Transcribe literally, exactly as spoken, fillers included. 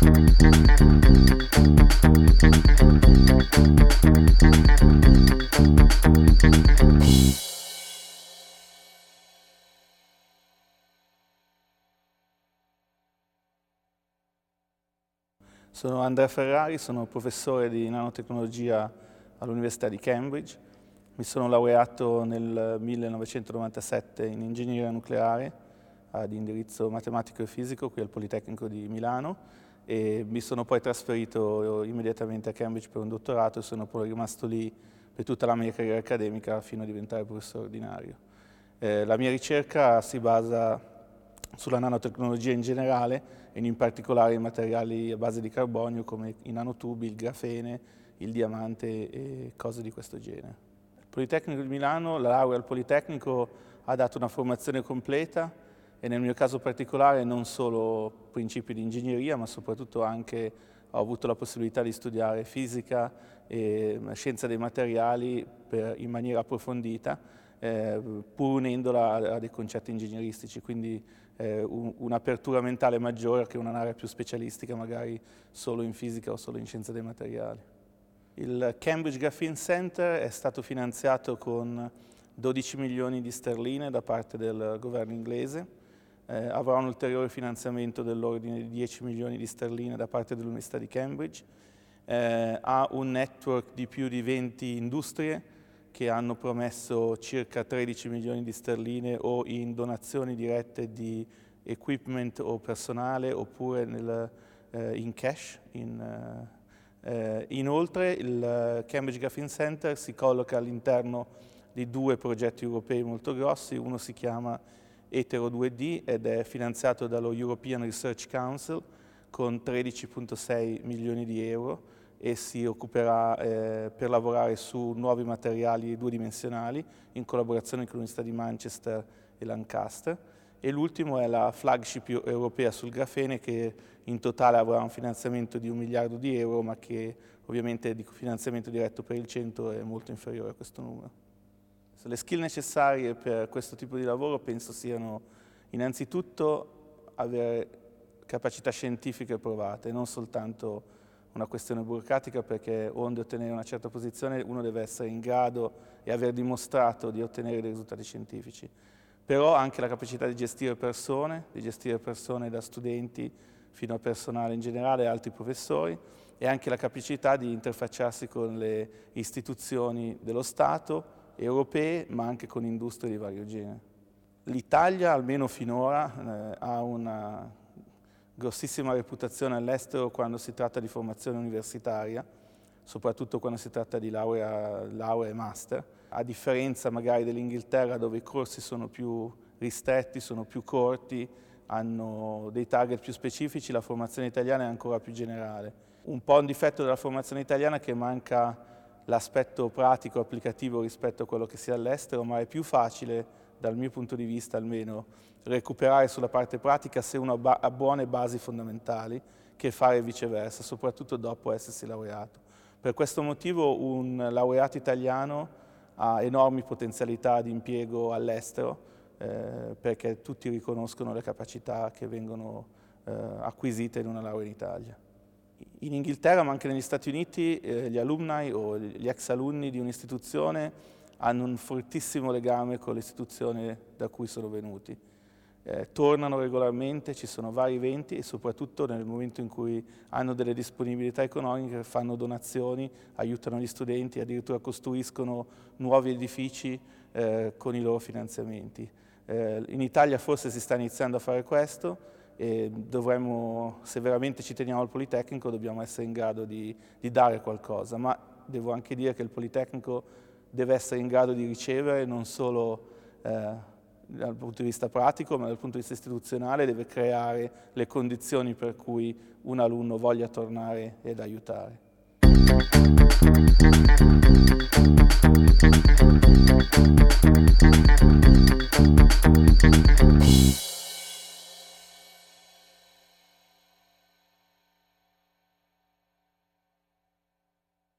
Sono Andrea Ferrari, sono professore di nanotecnologia all'Università di Cambridge. Mi sono laureato nel millenovecentonovantasette in ingegneria nucleare ad indirizzo matematico e fisico qui al Politecnico di Milano e mi sono poi trasferito immediatamente a Cambridge per un dottorato e sono poi rimasto lì per tutta la mia carriera accademica fino a diventare professore ordinario. Eh, la mia ricerca si basa sulla nanotecnologia in generale e in particolare i materiali a base di carbonio come i nanotubi, il grafene, il diamante e cose di questo genere. Il Politecnico di Milano, la laurea al Politecnico ha dato una formazione completa e nel mio caso particolare non solo principi di ingegneria ma soprattutto anche ho avuto la possibilità di studiare fisica e scienza dei materiali per, in maniera approfondita eh, pur unendola a dei concetti ingegneristici, quindi eh, un, un'apertura mentale maggiore che un'area più specialistica magari solo in fisica o solo in scienza dei materiali. Il Cambridge Graphene Center è stato finanziato con dodici milioni di sterline da parte del governo inglese, eh, avrà un ulteriore finanziamento dell'ordine di dieci milioni di sterline da parte dell'Università di Cambridge, eh, ha un network di più di venti industrie che hanno promesso circa tredici milioni di sterline o in donazioni dirette di equipment o personale oppure nel, eh, in cash. In, eh, eh, inoltre il Cambridge Graphene Center si colloca all'interno di due progetti europei molto grossi, uno si chiama Etero due D ed è finanziato dallo European Research Council con tredici virgola sei milioni di euro e si occuperà eh, per lavorare su nuovi materiali due dimensionali in collaborazione con l'Università di Manchester e Lancaster. E l'ultimo è la flagship europea sul grafene che in totale avrà un finanziamento di un miliardo di euro ma che ovviamente di finanziamento diretto per il centro è molto inferiore a questo numero. Le skill necessarie per questo tipo di lavoro penso siano innanzitutto avere capacità scientifiche provate, non soltanto una questione burocratica perché onde ottenere una certa posizione uno deve essere in grado e aver dimostrato di ottenere dei risultati scientifici. Però anche la capacità di gestire persone, di gestire persone da studenti fino a personale in generale e altri professori e anche la capacità di interfacciarsi con le istituzioni dello Stato, europee ma anche con industrie di vario genere. L'Italia almeno finora eh, ha una grossissima reputazione all'estero quando si tratta di formazione universitaria, soprattutto quando si tratta di laurea, laurea e master, a differenza magari dell'Inghilterra dove i corsi sono più ristretti, sono più corti, hanno dei target più specifici, la formazione italiana è ancora più generale. Un po' un difetto della formazione italiana è che manca l'aspetto pratico, applicativo rispetto a quello che sia all'estero, ma è più facile, dal mio punto di vista almeno, recuperare sulla parte pratica se uno ha buone basi fondamentali che fare viceversa, soprattutto dopo essersi laureato. Per questo motivo un laureato italiano ha enormi potenzialità di impiego all'estero eh, perché tutti riconoscono le capacità che vengono eh, acquisite in una laurea in Italia. In Inghilterra ma anche negli Stati Uniti eh, gli alumni o gli ex alunni di un'istituzione hanno un fortissimo legame con l'istituzione da cui sono venuti. Eh, tornano regolarmente, ci sono vari eventi e soprattutto nel momento in cui hanno delle disponibilità economiche fanno donazioni, aiutano gli studenti, addirittura costruiscono nuovi edifici eh, con i loro finanziamenti. Eh, in Italia forse si sta iniziando a fare questo e dovremmo, se veramente ci teniamo al Politecnico, dobbiamo essere in grado di, di dare qualcosa, ma devo anche dire che il Politecnico deve essere in grado di ricevere non solo eh, dal punto di vista pratico, ma dal punto di vista istituzionale deve creare le condizioni per cui un alunno voglia tornare ed aiutare.